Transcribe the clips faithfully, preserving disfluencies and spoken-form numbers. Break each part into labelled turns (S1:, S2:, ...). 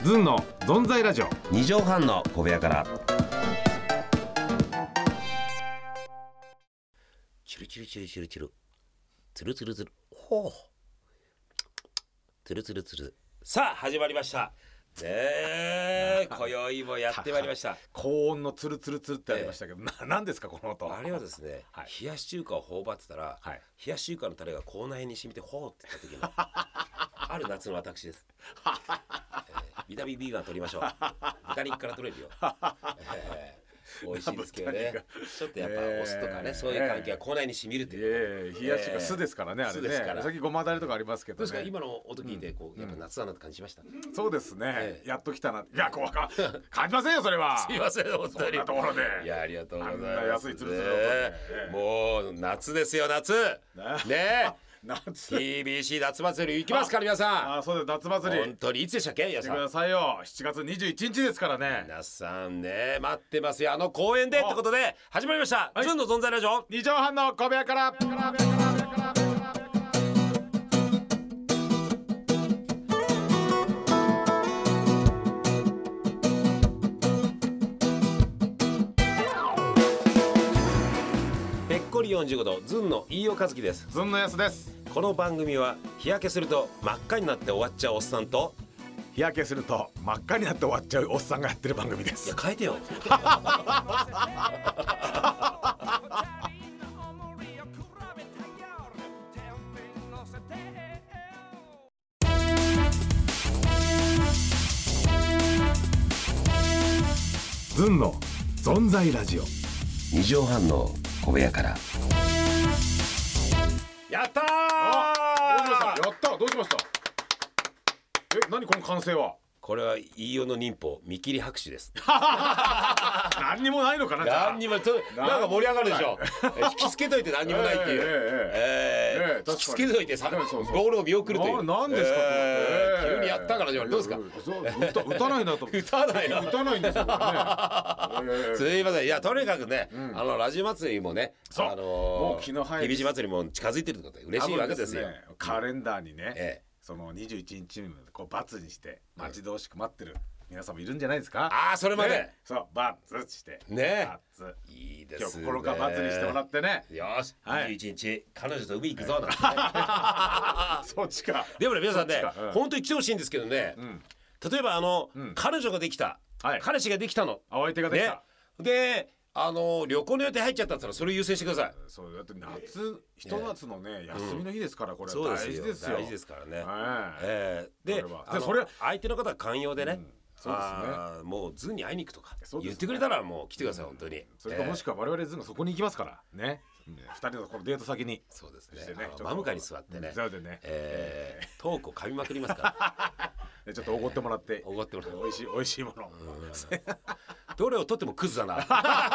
S1: ズンのゾンザイラジオ。
S2: にじょうはんの小部屋から。チュルチュルチュルチュルチュルツルツルツルほうツルツルツル。さあ始まりましたねえ。今宵もやってまいりました。
S1: 高音のツルツルツルってありましたけど、えー、な何ですかこの音。
S2: あれはですね、はい、冷やし中華を頬張ってたら、はい、冷やし中華のタレが口内に染みてほうって言った時にある夏の私です、えー、ビタミン B が取りましょう。豚肉から取れるよ、えー美味しいですけどね。ちょっとやっぱお酢とかね、そういう関係は口内に染みるっていう、
S1: えー、冷やしが酢ですからね、あれね。さっきごまだれとかありますけどね。
S2: どうですか今の音聞いてこう、やっぱ夏だなって感じました、うん、
S1: そうですね、えー、やっと来たな。いやこうか感じませんよそれは。
S2: すいません本当に
S1: そんなところで。
S2: いやありがとうございます。
S1: あんな安いツルツル音、
S2: ね、もう夏ですよ夏ねえ
S1: 夏
S2: ティービーシー 夏祭り行きますから皆さん。
S1: ああそうです夏祭り。
S2: 本当にいつでしたっけ。
S1: 来てくださいよ。しちがつにじゅういちにちですからね。
S2: 皆さんね待ってますよ。あの公園でってことで始まりました、はい、ズンの存在ラジオ
S1: にじょうはんの小部屋から。
S2: ぺっこりよんじゅうごどズンの飯尾和樹です。
S1: ズンのやすです。
S2: この番組は日焼けすると真っ赤になって終わっちゃうおっさんと
S1: 日焼けすると真っ赤になって終わっちゃうおっさんがやってる番組です。
S2: いや変えてよ
S1: ズンの存在ラジオ
S2: にじょうはんの小部屋から。やったー。
S1: どうしました。やったどうしました。え何この歓声は。
S2: これは飯尾の忍法見切り拍手です
S1: 何にもないのかな。
S2: 何にもとなんか盛り上がるでしょ引きつけといて何にもないっていう、えーえーえー、引きつけといてさゴールを見送るという。
S1: 何ですか、
S2: えー、急にやったからじゃどうですか。
S1: 歌, 歌ないなと
S2: 歌ないな
S1: 歌ないんですよ、ね
S2: えー、すいません。いやとにかくね、うん、あのラジオ祭りもね、あのー、
S1: もう気の早い
S2: ティービーシー 祭りも近づいてるってことで嬉しいわけですよ。
S1: ね、カレンダーにね、
S2: えー
S1: そのにじゅういちにちめこうバツにして待ち遠しく待ってる皆さんもいるんじゃないですか。
S2: ああそれまで、
S1: ね、そうバツして
S2: ね
S1: バツ
S2: いいですね。
S1: 今日心からバツにしてもらってね。
S2: よし、はい、にじゅういちにち彼女と海行くぞなんて、ね、
S1: そっちか。
S2: でもね皆さんね、うん、本当に来てほしいんですけどね、うん、例えばあの、うん、彼女ができた、はい、彼氏ができたの、
S1: お相手ができた、
S2: ね、であの旅行の予定入っちゃったったらそれを優先してください。
S1: そうだって夏ひと夏のね休みの日ですから、これは大事ですよ。
S2: 大事ですからね、
S1: え
S2: ー、でそれ相手の方が寛容でね、
S1: そうですね、
S2: もうズンに会いに行くとか言ってくれたらもう来てください、本当に。
S1: それかもしくは我々ズンがそこに行きますからね、ふたりのこのデート先に。
S2: そうですね、真向かいに座ってね、トークを噛みまくりますから
S1: ちょっとおごってもらって
S2: おごってもらって
S1: 美味しい美味しいもの
S2: どれを取ってもクズだな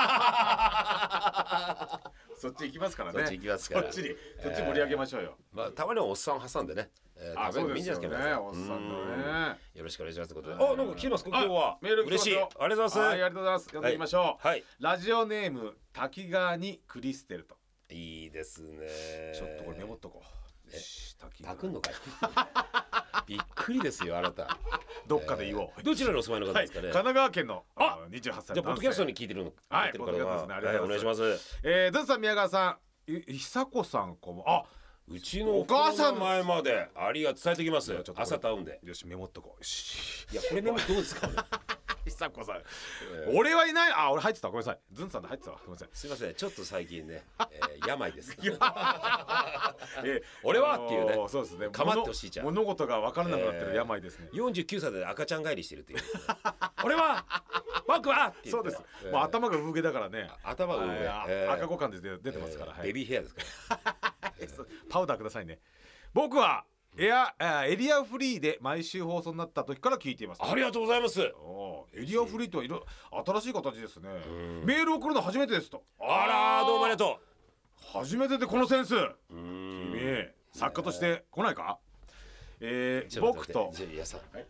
S1: そっち行きますからね。
S2: そっち行きますから。
S1: そっちにそっち盛り上げましょうよ。
S2: まあたまにはおっさん挟んでね、
S1: 食べるのもいいんじゃないですかね。おっさんのね。
S2: よろしくお願いしますということで。あなんか来てますか今日は。
S1: メール
S2: 嬉しい。ありがとうございます。
S1: はいありがとうございます。読んでみましょう。
S2: はい。
S1: ラジオネーム滝川にクリステルと。
S2: いいですね。
S1: ちょっとこれメモっとこう。
S2: 炊くんのかいびっくりですよあなた。
S1: どっかで言おう。
S2: どちらにお住まいの方ですかね。
S1: 神奈川県のにじゅうはっさいの男性。
S2: じゃあポッドキャストに聞いてるの。
S1: はい、ポッドキャストですね。ありがとうございます。
S2: お願いします。
S1: えー、ズンさん宮川さん、久子さんこもあ
S2: うちのお母さんの前までありが伝えておきます。朝と会うんで。
S1: よしメモっとこう。
S2: いやこれメモどうですか。
S1: 久子さん、えー、俺はいない。あ俺入ってたごめんなさい。ズンさんで入ってたわ。すみません。
S2: すみませんちょっと最近ね、えー、病です。
S1: えー、
S2: 俺はっていうね。
S1: そうですね。
S2: かまってほしいじゃん。
S1: 物事が分からなくなってる病ですね。
S2: よんじゅうきゅうさいで赤ちゃん帰りしてるっていう。俺は僕はっていう。
S1: そうです。もう頭が産毛だからね。
S2: 頭が産毛。
S1: 赤子感で出てますから。
S2: ベビーヘアですから。
S1: パウダーくださいね。僕はエアエリアフリーで毎週放送になった時から聞いています。
S2: ありがとうございます。エ
S1: リアフリーとはいろ新しい形ですね。メール送るの初めてですと。
S2: あらどうもありがと
S1: う。初めてでこのセンス。君作家として来ないか。えー、僕と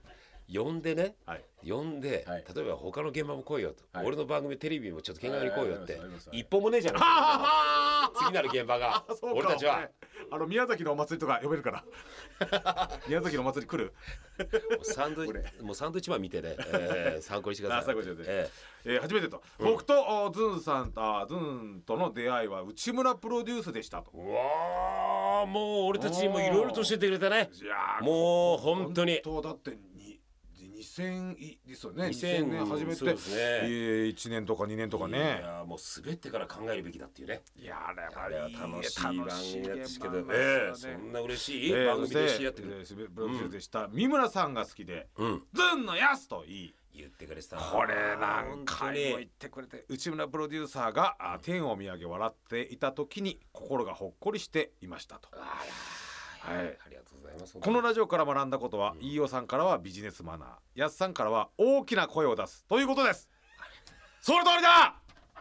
S2: 呼んでね、
S1: はい、
S2: 呼んで、
S1: はい、
S2: 例えば他の現場も来いよと、はい、俺の番組テレビもちょっと見学に来いよって、はい、一本もねえじゃない次なる現場が俺たちは
S1: あの宮崎のお祭りとか呼べるから宮崎のお祭り来る
S2: もうサンドイもうサンドイッチマン見てね、えー、参考にしてください。
S1: えーえー、初めてと、うん、僕とズンさんとズンとの出会いは内村プロデュースでしたと。
S2: うわもう俺たちにもいろいろと教えてくれたね。いやもう本当に
S1: 本当だってにせんですよね。
S2: にせんねん初めて、ね、
S1: いちねんとかにねんとかね。
S2: いやもう滑ってから考えるべきだっていうね。
S1: いやあれ
S2: は楽しい番組ですけど、えー、そんな嬉しい番組で知り合ってくれる、えー、プロデュースでした、うん、三村さんが好きで、うん、ズンのやすと言い言ってくれた。
S1: これ何回も言ってくれて、内村プロデューサーが天を見上げ笑っていた時に心がほっこりしていましたと。あら、はい、ありがとうございます。このラジオから学んだことは、うん、飯尾さんからはビジネスマナー、やすさんからは大きな声を出すということです。その通りだ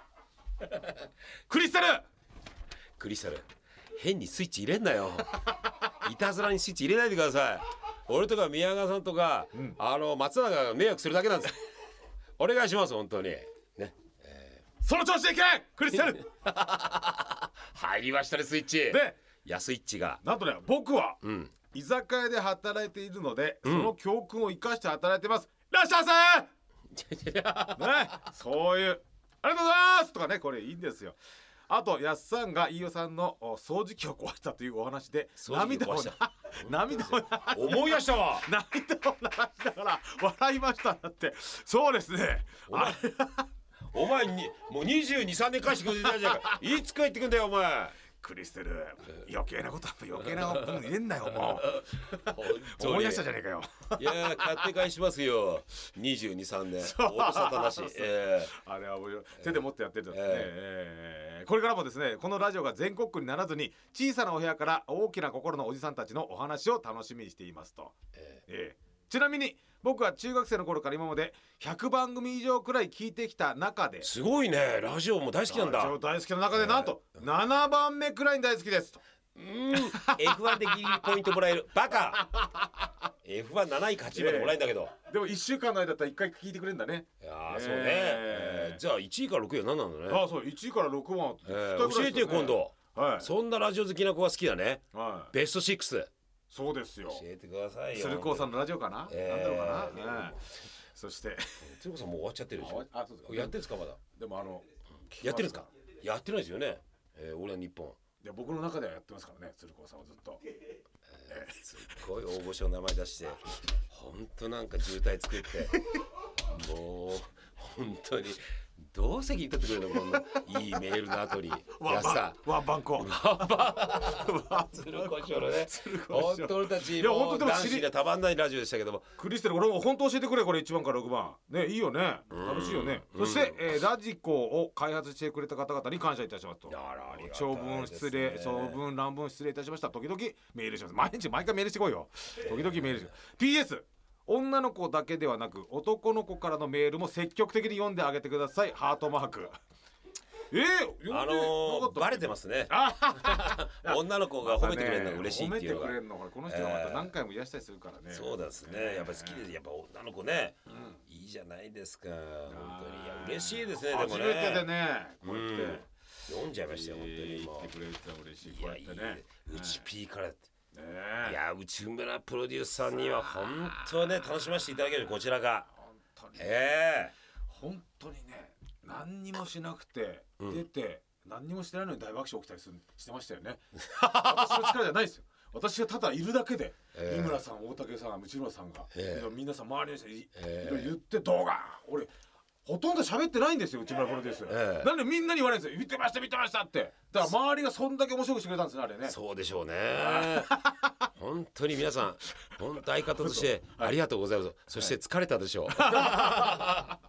S1: クリスタル
S2: クリスタル変にスイッチ入れんなよいたずらにスイッチ入れないでください。俺とか宮川さんとか、うん、あの松永が迷惑するだけなんですお願いします本当にね、
S1: えー、その調子でいけクリスタル
S2: 入りましたねスイッチで安イッチが
S1: なんとね僕は、うん、居酒屋で働いているので、うん、その教訓を生かして働いてます。いらっしゃいませね、そういうありがとうございますとかね、これいいんですよ。あとやっさんが飯尾さんの掃除機を壊したというお話で涙を涙を
S2: 思い出したわ
S1: 涙を流しながら笑いました。だってそうですね、
S2: お前お前にもうにじゅうに、さんねん返してくれてたじゃんかいつ帰ってくんだよお前。
S1: クリステル余計なこと余計な分入れんなよもう思い出したじゃねえかよ
S2: いや買って返しますよにじゅうに、さんねん音沙汰なし、え
S1: ー、あれは手で持ってやってるんですね、えーえー、これからもですねこのラジオが全国区にならずに小さなお部屋から大きな心のおじさんたちのお話を楽しみにしていますと、えーえー、ちなみに僕は中学生の頃から今までひゃくばんぐみ以上くらい聞いてきた中で、
S2: すごいねラジオも大好きなんだ。
S1: ラジオ大好きな中でなんとななばんめくらいに大好きですと。
S2: うーん エフワン でギリギリポイントもらえるバカエフワンなないかはちいまでもらえるんだけど、
S1: えー、でもいっしゅうかんの間だったらいっかい聞いてくれるんだね。
S2: いやー、えー、そうね、えー、じゃあいちいからろくいは何なんだね。
S1: ああそういちいからろくばん、
S2: えー、教えてよ今度、はい、そんなラジオ好きな子が好きだね、はい、ベストシックス
S1: そうですよ。
S2: 教えてくださいよ。
S1: 鶴光さんのラジオかな、えー、なんだろうかな、ね、そして
S2: 鶴光さんもう終わっちゃってるでしょ。あそうですやってるんですかまだ。
S1: でもあの
S2: やってるんですか。やってないですよね、えー、俺は日本
S1: いや僕の中ではやってますからね鶴光さんはずっと、
S2: えー、すっごい大御所の名前出してほんとなんか渋滞作ってもう本当にどう責任取ってくれるのこんないいメールの後にやさ
S1: ワンバンコ
S2: 鶴子師匠のね本当俺たちもう男子がたまんないラジオでしたけども
S1: クリステル俺も本当教えてくれこれいちばんからろくばんねいいよね楽しいよね。そして、えー、ラジコを開発してくれた方々に感謝いたしますと。長文失礼長文乱文失礼いたしました。時々メールします。毎日毎回メールしてこいよ時々メールします。 ピーエス女の子だけではなく男の子からのメールも積極的に読んであげてください。ハートマークえー、
S2: あのー、バレてますね女の子が褒めてくれるのが嬉しいっていうのが、
S1: 褒めてくれるのこれこの人がまた何回も癒したりするからね、
S2: えー、そうですね、えー、やっぱり好きですやっぱ女の子ね、うん、いいじゃないですか本当に。いや嬉しいですね。でもね
S1: 初めてでねこうやって、うん、
S2: 読んじゃいましたよ、えー、
S1: 本当にもう言ってくれるって嬉しい。こうやってね
S2: うち P からいや内村プロデューサーには本当ね楽しませていただけるこちらが
S1: 本当に、
S2: え
S1: ー、本当にね何にもしなくて出て、うん、何にもしてないのに大爆笑起きたりするしてましたよね私の力じゃないですよ。私がただいるだけで、えー、井村さん大竹さん内村さんが、えー、皆さん周りの人に、えー、言って動画俺ほとんど喋ってないんですよ内村プロデュース、えー、なんでみんなに言われるんですよ見てました見てましたってだから周りがそんだけ面白くしてくれたんですねあれね。
S2: そうでしょうね本当に皆さん本当相方としてありがとうございます、はい、そして疲れたでしょう、はい、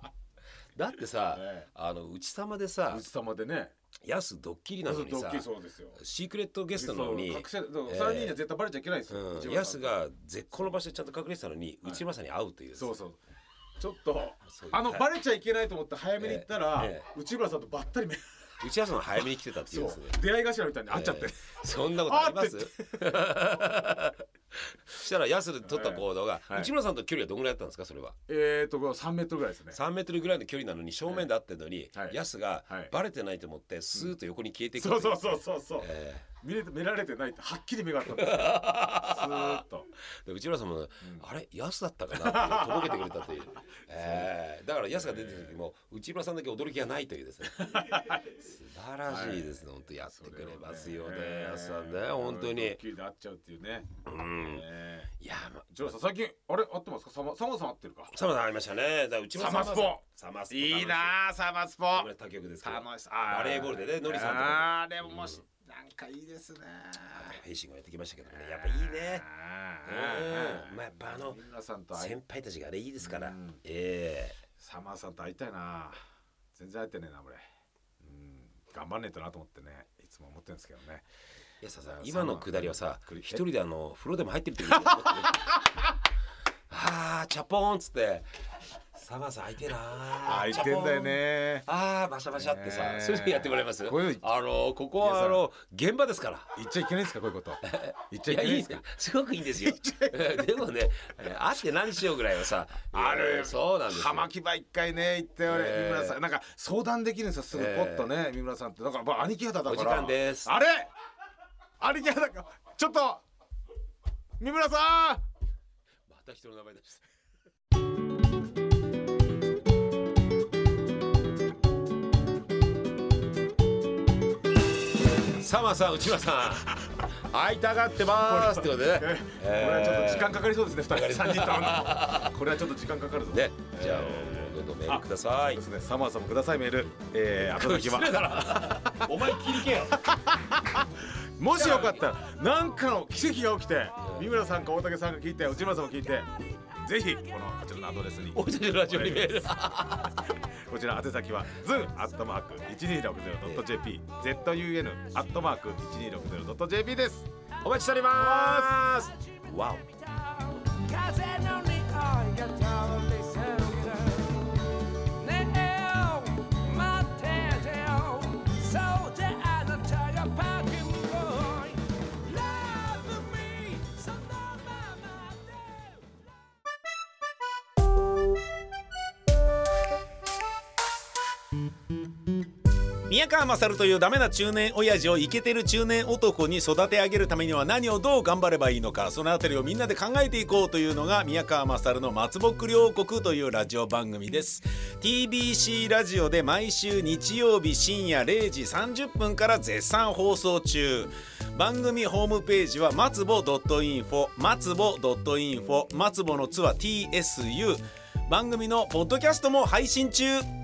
S2: だってさ、えー、あの内様でさ
S1: 内様でね
S2: ヤスドッキリなのにさシークレットゲストなのに
S1: 隠せさらに絶対バレちゃいけないんですよ、
S2: うん、ヤスが絶好の場所でちゃんと隠れてたのに内村さんに会うという、はい、
S1: そうそうちょっとあのバレちゃいけないと思って早めに行ったら、ええ、内村さんとばったりめ
S2: 内村さんが早めに来てたっていうですね
S1: 出会い頭みたいに会っちゃって、え
S2: ー、そんなことありますそしたらヤスで取った行動が、
S1: はい、
S2: 内村さんと距離はどのぐらいだったんですかそれは。
S1: えーとさんメートルぐらいですね。
S2: さんメートルぐらいの距離なのに正面で会ってるのに、
S1: はい、
S2: ヤスがバレてないと思ってスーッと横に消えていく、
S1: そうそうそうそうそう、
S2: えー、
S1: 見れ見られてないってはっきり目があったんですよスーッと。
S2: で内村さんも、うん、あれヤスだったかなってとぼけてくれたという、えー、だからヤスが出てる時も内村さんだけ驚きがないというですね素晴らしいですね、はい、本当やってくれますよね、ヤスさんね、本当にドッ
S1: キリで会っちゃうっていうね、
S2: うん、えー、いやま
S1: じゃあさ最近あれ会ってますか。サマサマさん会ってるか。
S2: サマさん会いましたね。だ内村さん
S1: サマスポ
S2: サマスポ
S1: いいなサマスポ
S2: 他局ですけ
S1: ど楽し
S2: バレーボールでねノリさんと
S1: かあれももし、うん、なんかいいですね。
S2: フェイシングもやってきましたけどね、やっぱいいね。うん、まあやっぱあの先輩たちがあれいいですから、うん、ええー、
S1: サマーさんと会いたいな。全然会えてねえな俺、うん、頑張んねえとなと思ってねいつも思ってるんですけどね。
S2: いやささ今のくだりはさ一人であの風呂でも入ってるって言うはあチャポーンっつってサマーさん空いてな
S1: 空いてんだよね。
S2: ああバシャバシャってさ、えー、それでやってもらいます。こういうあのここはあの現場ですから
S1: 言っちゃいけないですかこういうこと言っちゃいけないですか。いやいい
S2: ですすごくいいんですよでもね会って何しようぐらいはさ
S1: ある
S2: そうなんですよ。
S1: 浜木場一回ね行って俺、えー、三村さんなんか相談できるんですよすぐポッとね、えー、三村さんってだからまあ兄貴肌だからお
S2: 時間です。
S1: あれ兄貴肌かちょっと三村さん
S2: また人の名前出してサマーさん内村さん会いたがってますってことでね、
S1: えー、これはちょっと時間かかりそうですねふたりさんにんとこれはちょっと時間かかるぞ
S2: ね。じゃあどんどんメールください。
S1: そうですねサマーさんもくださいメール、えー、後先は
S2: お前切りけよ
S1: もしよかったら何かの奇跡が起きて三村さんか大竹さんが聞いて内村さんも聞いてぜひこのこちらのアドレスに
S2: 俺たちのラジオにメール
S1: こちら宛先は ズン アットマーク いちにーろくゼロ ドット ジェーピー ゼットユーエヌ アットマーク いちにーろくゼロ ドット ジェーピー です。
S2: お待ちしております。わお
S3: 宮川勝というダメな中年親父をイケてる中年男に育て上げるためには何をどう頑張ればいいのか、そのあたりをみんなで考えていこうというのが宮川勝の松ぼっくり王国というラジオ番組です。 ティービーシー ラジオで毎週日曜日深夜れいじさんじゅっぷんから絶賛放送中。番組ホームページは松ぼ .info 松ぼ .info 松ぼのつは ティーエスユー。 番組のポッドキャストも配信中。